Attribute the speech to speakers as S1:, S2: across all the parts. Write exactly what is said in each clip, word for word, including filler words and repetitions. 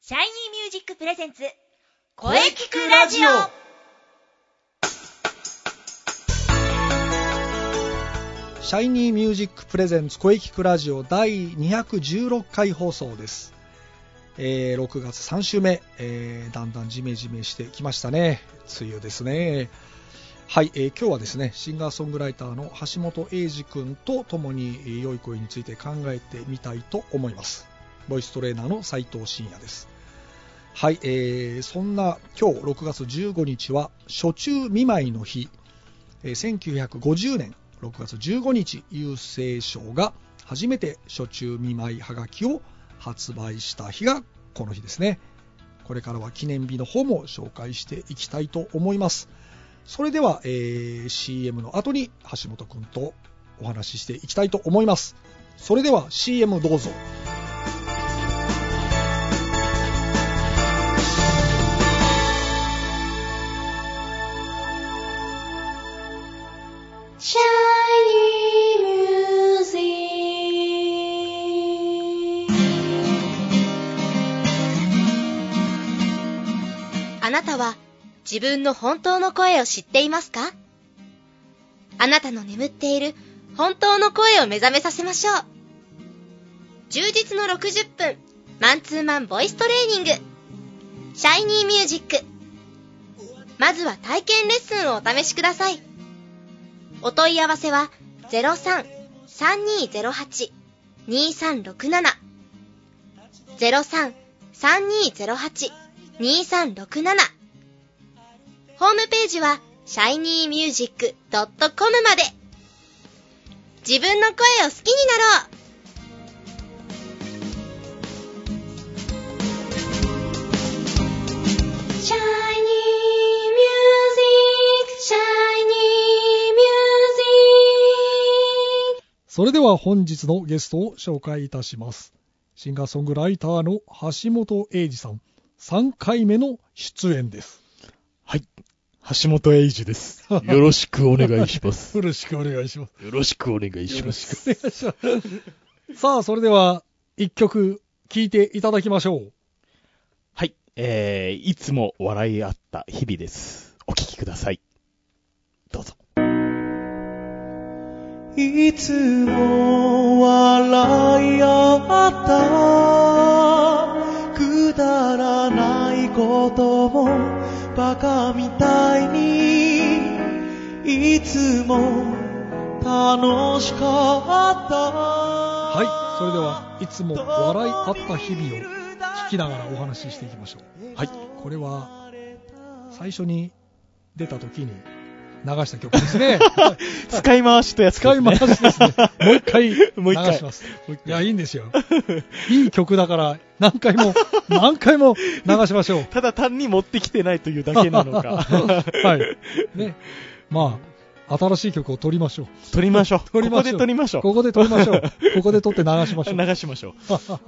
S1: シャイニーミュージックプレゼンツ声聞くラジオ。
S2: シャイニーミュージックプレゼンツ声聞くラジオだいにひゃくじゅうろっかい放送です。えー、ろくがつさん週目、えー、だんだんジメジメしてきましたね。梅雨ですね。はい、えー、今日はですね、シンガーソングライターの橋本英二君と共に良い声について考えてみたいと思います。ボイストレーナーの斉藤真也です。はい、えー、そんな今日ろくがつじゅうごにちは暑中見舞いの日、えー、せんきゅうひゃくごじゅうねんろくがつじゅうごにち郵政省が初めて暑中見舞いはがきを発売した日がこの日ですね。これからは記念日の方も紹介していきたいと思います。それでは、えー、シーエム の後に橋本くんとお話ししていきたいと思います。それでは シーエム どうぞ。
S1: シャイニーミュージック。あなたは自分の本当の声を知っていますか？あなたの眠っている本当の声を目覚めさせましょう。充実のろくじゅっぷんマンツーマンボイストレーニング、シャイニーミュージック。まずは体験レッスンをお試しください。お問い合わせは ゼロさん さんにーゼロはち にーさんろくなな ゼロさん さんにーゼロはち にーさんろくなな。ホームページは シャイニーミュージックドットコム まで。自分の声を好きになろう。シャイニーミュージック、シャイニー
S2: それでは本日のゲストを紹介いたします。シンガーソングライターの橋本英二さん、さんかいめの出演です。
S3: はい、橋本英二です。よろしくお願いします。
S2: よろしくお願いします。
S3: よろしくお願いします。
S2: よろしくお願いします。さあ、それではいっきょく聴いていただきましょう。
S3: はい、えー、いつも笑い合った日々です。お聴きください。どうぞ。
S4: いつも笑い合ったくだらないこともバカみたいにいつも楽しかった。
S2: はい、それではいつも笑い合った日々を聞きながらお話ししていきましょう。はい、これは最初に出た時に流した曲ですね。
S3: 使い回しとやつですね。
S2: 使い回しですね。もう一回
S3: もう一回
S2: 流します。いや、いいんですよ。いい曲だから何回も何回も流しましょう。
S3: ただ単に持ってきてないというだけなのか。
S2: はい。ね。まあ、新しい曲を撮りましょう。
S3: 撮りましょう。
S2: 撮りましょう。
S3: ここで撮りましょう。
S2: ここで撮りましょう。ここで撮って流しましょう。
S3: 流しましょう。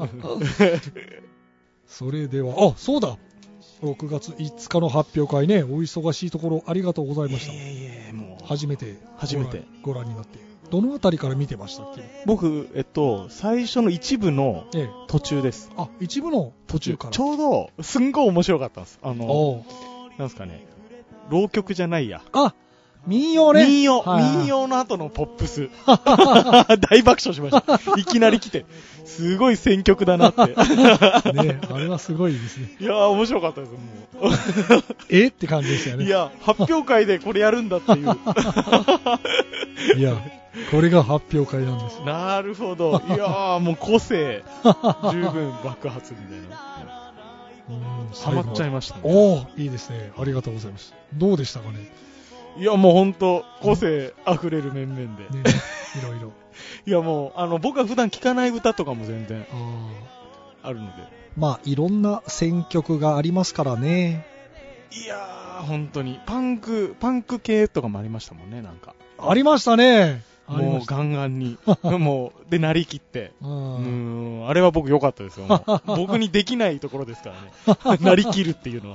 S2: それでは、あ、そうだ。ろくがついつかの発表会ね、お忙しいところありがとうございました。
S3: いえいえ、もう
S2: 初めて
S3: 初めて
S2: ご覧になって、どのあたりから見てましたっけ？
S3: 僕、えっと最初の一部の途中です。
S2: ええ、あ、一部の途中から。
S3: ちょうどすんごい面白かったんです。あのなんですかね、浪曲じゃないや。
S2: あ、民謡ね。
S3: 民謡、はい、民謡の後のポップス。大爆笑しました。いきなり来て。すごい選曲だなって。ね、
S2: あれはすごいですね。
S3: いやー、面白かったです、もう。
S2: えって感じでしたよね。
S3: いや、発表会でこれやるんだっていう。
S2: いや、これが発表会なんです。
S3: なるほど。いやー、もう個性、十分爆発みたいな。うん、ハマっちゃいましたね。
S2: おー、いいですね。ありがとうございます。どうでしたかね。
S3: いや、もうほんと、個性あふれる面々で。ね、
S2: いろいろ。
S3: いや、もう、あの、僕が普段聴かない歌とかも全然あるので。
S2: まあ、いろんな選曲がありますからね。
S3: いやー、本当に。パンク、パンク系とかもありましたもんね、なんか。
S2: ありましたね。
S3: もうガンガンに。もう、で、なりきって。
S2: う
S3: ーん、あれは僕良かったですよ。もう僕にできないところですからね。なりきるっていうのは。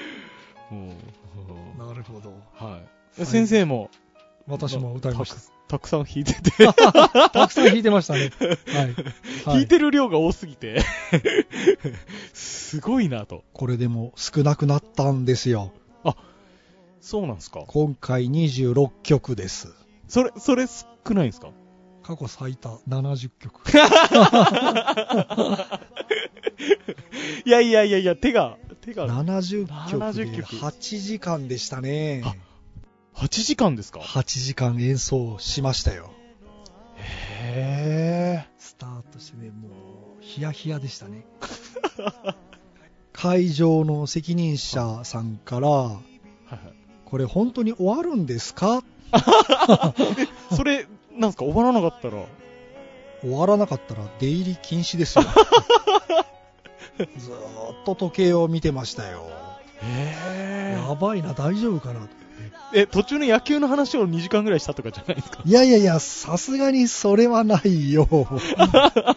S3: もう
S2: なるほど。
S3: はい。先生も、
S2: 私も歌いました。
S3: たくさん弾いてて
S2: たくさん弾いてましたね。はい。はい、
S3: 弾いてる量が多すぎてすごいなと。
S2: これでも少なくなったんですよ。
S3: あ、そうなんですか。
S2: 今回にじゅうろっきょくです。
S3: それ、それ少ないんですか？
S2: 過去最多ななじゅっきょく。
S3: いやいやいやいや、手が、手が。
S2: ななじゅっきょくではちじかんでしたね。
S3: はちじかんですか？
S2: はちじかん演奏しましたよ。
S3: へー。
S2: スタートしてね、もうヒヤヒヤでしたね。会場の責任者さんから、はいはい、これ本当に終わるんですか？
S3: それなんすか、終わらなかったら
S2: 終わらなかったら出入り禁止ですよ。ずーっと時計を見てましたよ。
S3: へー。
S2: やばいな、大丈夫かなと。
S3: え、途中の野球の話をにじかんぐらいしたとかじゃないですか？
S2: いやいやいや、さすがにそれはないよ。確か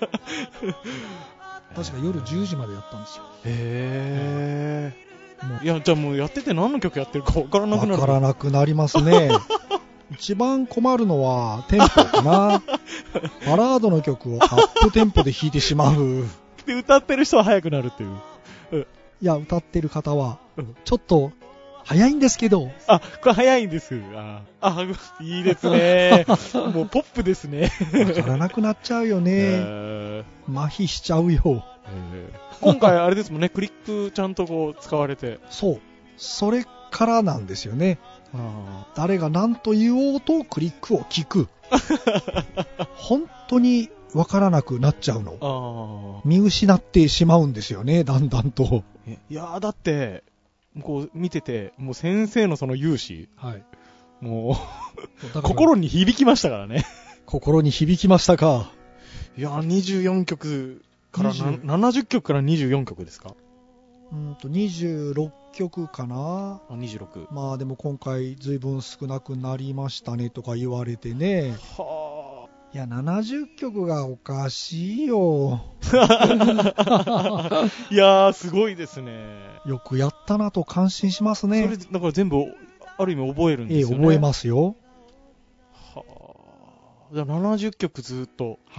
S2: 夜じゅうじまでやったんですよ。
S3: へー。いや、じゃあもうやってて何の曲やってるか分からなくなる。
S2: 分からなくなりますね。一番困るのはテンポかな。バラードの曲をアップテンポで弾いてしまう。
S3: で、歌ってる人は速くなるっていう。
S2: うん、いや、歌ってる方はちょっと早いんですけど。
S3: あ、これ早いんです。ああ、いいですね。もうポップですね。
S2: わからなくなっちゃうよね。麻痺しちゃうよ。
S3: 今回あれですもんね、クリックちゃんとこう使われて。
S2: そう。それからなんですよね。
S3: あ、
S2: 誰が何と言おうとクリックを聞く。本当にわからなくなっちゃうの。見失ってしまうんですよね、だんだんと。
S3: いやー、だって、こう見てて、もう先生のその勇姿、はい、もう心に響きましたからね。
S2: 心に響きましたか。
S3: いやー、にじゅうよんきょくからななじゅっきょくからにじゅうよんきょくですか？
S2: うんとにじゅうろっきょくかな。
S3: あ、にじゅうろく。
S2: まあでも今回ずいぶん少なくなりましたねとか言われてね。はあ。いや、ななじゅっきょくがおかしいよ。
S3: いやー、すごいですね。
S2: よくやったなと感心しますね。
S3: それだから全部ある意味覚えるんですよね。
S2: ええ、覚えますよ。
S3: はあ。じゃあななじゅっきょくずっと、
S2: はい、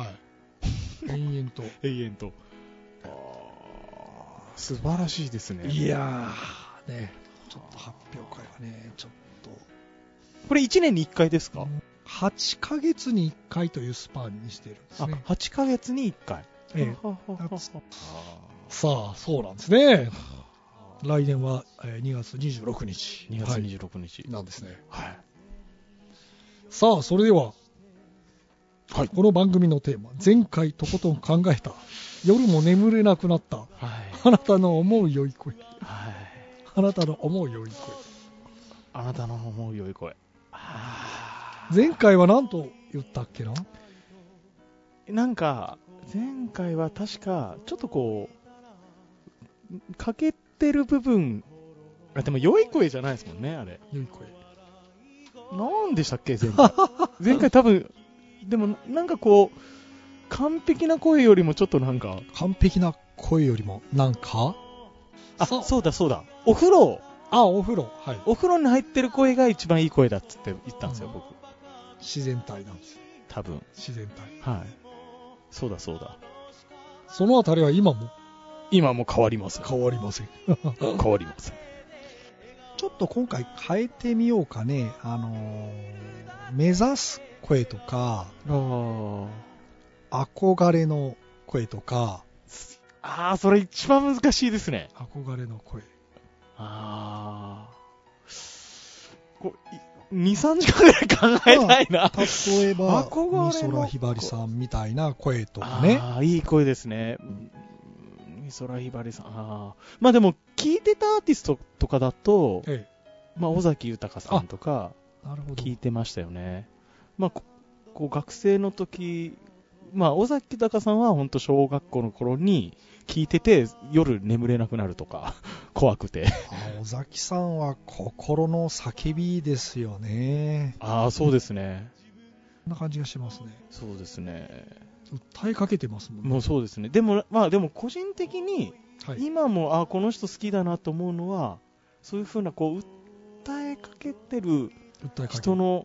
S2: 延々と
S3: 永遠と。あ、素晴らしいですね。
S2: いやーね、ちょっと発表会はね、ちょっと
S3: これいちねんにいっかいですか？
S2: はちかげつにいっかいというスパンにしてるんですね。
S3: あ、はちかげつにいっかい。
S2: ええ、さあ、そうなんですね。来年はにがつにじゅうろくにち。
S3: にがつにじゅうろくにち、
S2: はい、なんですね。
S3: はい。
S2: さあ、それでは、はい、この番組のテーマ、前回とことん考えた、夜も眠れなくなった、はい、あなたの思う良い声、はい、あなたの思う良い声、
S3: あなたの思う良い声。
S2: 前回は何と言ったっけな？
S3: なんか前回は確かちょっとこう欠けてる部分、あ、でも良い声じゃないですもんね、あれ。
S2: 良い声。
S3: なんでしたっけ前回。前回多分でもなんかこう完璧な声よりもちょっとなんか
S2: 完璧な声よりもなんか、
S3: あ、そ, そうだそうだ。お風呂。
S2: あ、お風呂。はい。
S3: お風呂に入ってる声が一番いい声だっつって言ったんですよ、うん、僕。
S2: 自然体なんです。
S3: 多分。
S2: 自然体。
S3: はい。そうだそうだ。
S2: そのあたりは今も
S3: 今も変わりません。
S2: 変わりません。
S3: 変わりません。
S2: ちょっと今回変えてみようかね。あのー、目指す声とか、あ、憧れの声とか。
S3: ああ、それ一番難しいですね。
S2: 憧れの声。
S3: ああ。こうに、さんじかんぐらい考えたいな。
S2: まあ、例えば、美空ひばりさんみたいな声とかね。
S3: ああ、いい声ですね。美空ひばりさん。あ、まあでも、聴いてたアーティストとかだと、ええ、まあ、尾崎豊さんとか、聴いてましたよね。まあ、ここう学生の時、まあ、尾崎豊さんは本当小学校の頃に聴いてて、夜眠れなくなるとか、怖くて。
S2: あ、尾崎さんは心の叫びですよね。
S3: ああ、そうですね。
S2: そんな感じがしますね。
S3: そうですね。
S2: 訴えかけてますもんね。
S3: もうそうですね。でも、まあでも個人的に、今も、あ、この人好きだなと思うのは、そういう風なこう、訴えかけてる人の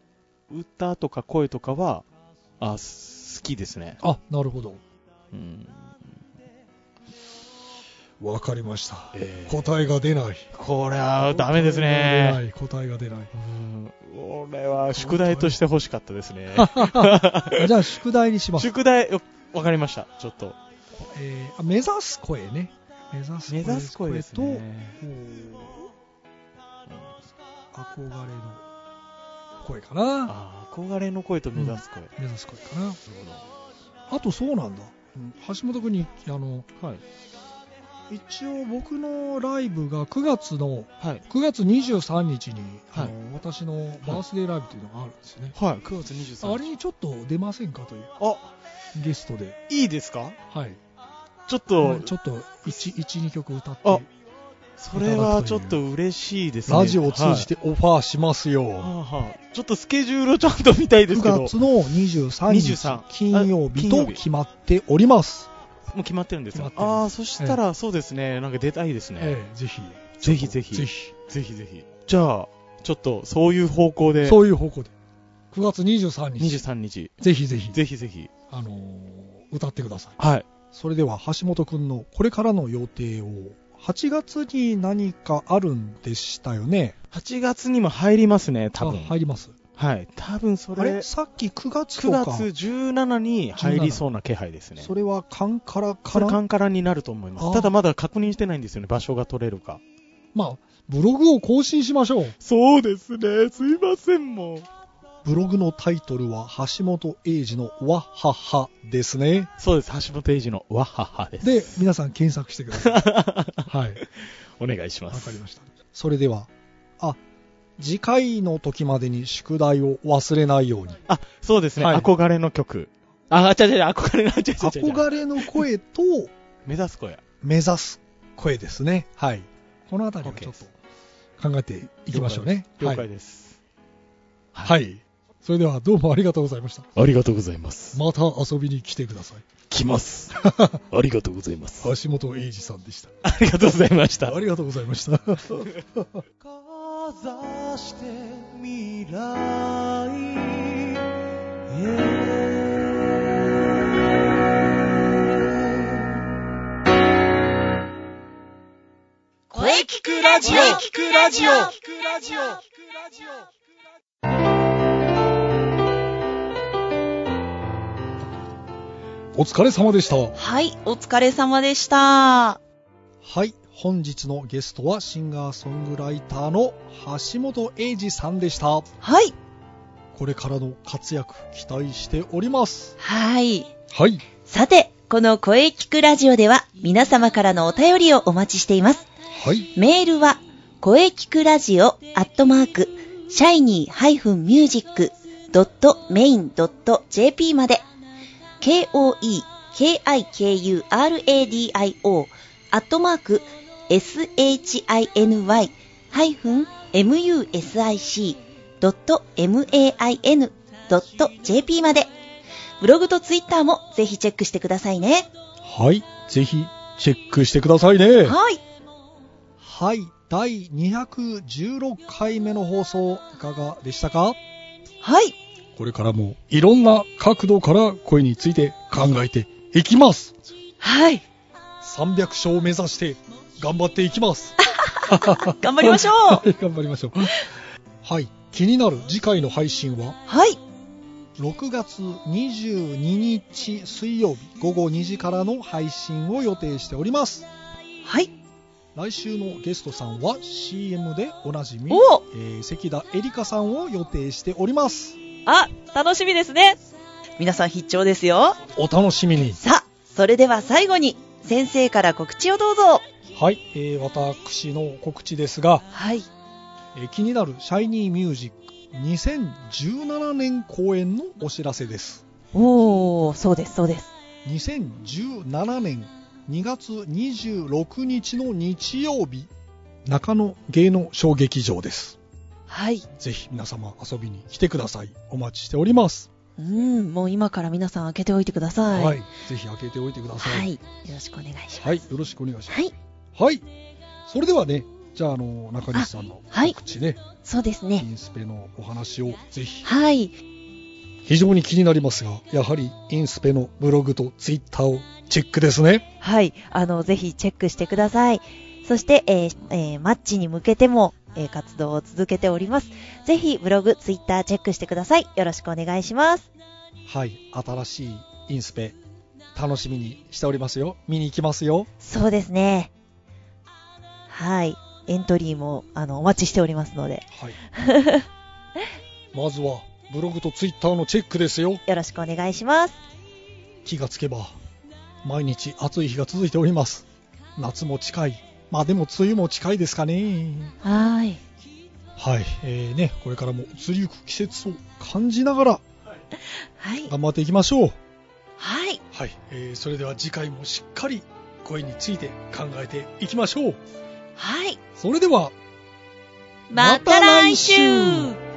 S3: 歌とか声とかは、あ、好きですね。
S2: あ、なるほど。
S3: うん。
S2: わかりました、
S3: えー。
S2: 答えが出ない。
S3: これはダメですね。
S2: 答えが出ない。
S3: うん。これは宿題として欲しかったですね。
S2: じゃあ宿題にします。
S3: 宿題、わかりました。ちょっと。
S2: えー、目指す声ね。目指す声。
S3: 目指す声ですね。
S2: と、憧れの声かな。
S3: あ、憧れの声と目指す声。
S2: うん、目指す声かな。なるほど。あとそうなんだ。うん、橋本君にあの、
S3: はい。
S2: 一応僕のライブがくがつの、
S3: はい、
S2: くがつにじゅうさんにちに、
S3: はい、
S2: あの私のバースデーライブというのがあるんですね。
S3: はい、くがつにじゅうさんにち。
S2: あれにちょっと出ませんかという。
S3: あ、
S2: ゲストで。
S3: いいですか？
S2: はい。
S3: ちょっと、
S2: はい、ちょっといち、にきょく歌って。
S3: あ、それはちょっと嬉しいですね。
S2: ラジオを通じてオファーしますよ。はい、
S3: はあはあ、ちょっとスケジュールをちゃんと見たいですけど。
S2: くがつのにじゅうさんにち金曜日と決まっております。
S3: もう決まってるんですか？ああ、そしたら、そうですね、なんか出たいですね。
S2: ええ、ぜひ。
S3: ぜひぜひ。
S2: ぜひ。
S3: ぜひぜひ。じゃあ、ちょっと、そういう方向で。
S2: そういう方向で。くがつにじゅうさんにち。
S3: にじゅうさんにち。
S2: ぜひぜひ。
S3: ぜひぜひ。
S2: あのー、歌ってください。
S3: はい。
S2: それでは、橋本くんのこれからの予定を、はちがつに何かあるんでしたよね。
S3: はちがつにも入りますね、多分。
S2: 入ります。
S3: はい。多分それ。
S2: あれさっきくがつとか。
S3: くがつじゅうしちに入りそうな気配ですね。
S2: それはカンカラかな？
S3: それカンカラになると思います。ただまだ確認してないんですよね、場所が取れるか。
S2: まあ、ブログを更新しましょう。
S3: そうですね。すいません、もう。
S2: ブログのタイトルは橋本英二のわっはっはですね。
S3: そうです。橋本英二のわっはっはです。
S2: で、皆さん検索してください。はい。
S3: お願いします。
S2: わかりました。それでは、あ、次回の時までに宿題を忘れないように。
S3: あ、そうですね。はい、憧れの曲。あ、違う違う、憧れの、違う違う違う。
S2: 憧れの声と、
S3: 目指す声。
S2: 目指す声ですね。はい。このあたりをちょっと考えていきましょうね。
S3: 了解です。
S2: はい。はい。それではどうもありがとうございました。
S3: ありがとうございます。
S2: また遊びに来てください。
S3: 来ます。ありがとうございます。
S2: 橋本英二さんでした。
S3: ありがとうございました。
S2: ありがとうございました。
S4: かざして未来、yeah、
S1: 声聞くラジオ、聞くラジオ、聞くラジオ。
S2: お疲れ様でした。
S5: はい、お疲れ様でした。
S2: はい、本日のゲストはシンガーソングライターの橋本英二さんでした。
S5: はい。
S2: これからの活躍期待しております。
S5: はい。
S2: はい。
S5: さて、この声聞くラジオでは皆様からのお便りをお待ちしています。
S2: はい。
S5: メールは声聞くラジオアットマークシャイニー ハイフンミュージックドットメインドットジェーピー まで ケーオーイーケーアイケーユーアールエーディーアイオー アットマーク エスエイチアイエヌワイ ハイフン エムユーエスアイシー ドットメイン ドット ジェーピー まで。ブログとツイッターもぜひチェックしてくださいね。
S2: はい、ぜひチェックしてくださいね。
S5: はい。
S2: はい、だいにひゃくじゅうろっかいめの放送いかがでしたか？
S5: はい。
S2: これからもいろんな角度から声について考えていきます。
S5: はい。
S2: さんびゃくしょうを目指して頑張っていきます。
S5: 頑張りましょう。
S2: 頑張りましょう。はい、気になる次回の配信は、
S5: はい。
S2: ろくがつにじゅうににち水曜日ごごにじからの配信を予定しております。
S5: はい。
S2: 来週のゲストさんは シーエム でおなじみ、えー、関田絵里香さんを予定しております。
S5: あ、楽しみですね。皆さん必聴ですよ。
S2: お楽しみに。
S5: さあ、それでは最後に先生から告知をどうぞ。
S2: はい、えー、私の告知ですが、
S5: はい、
S2: えー、気になるシャイニーミュージックにせんじゅうななねん公演のお知らせです。
S5: おー、そうですそうです。
S2: にせんじゅうななねんにがつにじゅうろくにちの日曜日、中野芸能小劇場です。
S5: はい。
S2: ぜひ皆様遊びに来てください。お待ちしております。
S5: うん、もう今から皆さん開けておいてください。
S2: はい。ぜひ開けておいてください。
S5: はい。よろしくお願いします。
S2: はい。よろしくお願いします。
S5: はい。
S2: はい。それではね、 じゃあ、あの、中西さんの告知ね。はい、
S5: そうですね。
S2: インスペのお話をぜひ。
S5: はい。
S2: 非常に気になりますが、やはりインスペのブログとツイッターをチェックですね。
S5: はい。あの、ぜひチェックしてください。そして、えーえー、マッチに向けても、えー、活動を続けております。ぜひブログ、ツイッターチェックしてください。よろしくお願いします。
S2: はい。新しいインスペ、楽しみにしておりますよ。見に行きますよ。
S5: そうですね。はい。エントリーも、あの、お待ちしておりますので。
S2: はい。まずは、ブログとツイッターのチェックですよ。
S5: よろしくお願いします。
S2: 気がつけば、毎日暑い日が続いております。夏も近い。まあでも梅雨も近いですかね。
S5: はい。
S2: はい。えーね、これからも移りゆく季節を感じながら、はい。頑張っていきましょう。
S5: はい。
S2: はい。えー、それでは次回もしっかり声について考えていきましょう。
S5: はい。
S2: それでは、
S5: また来週。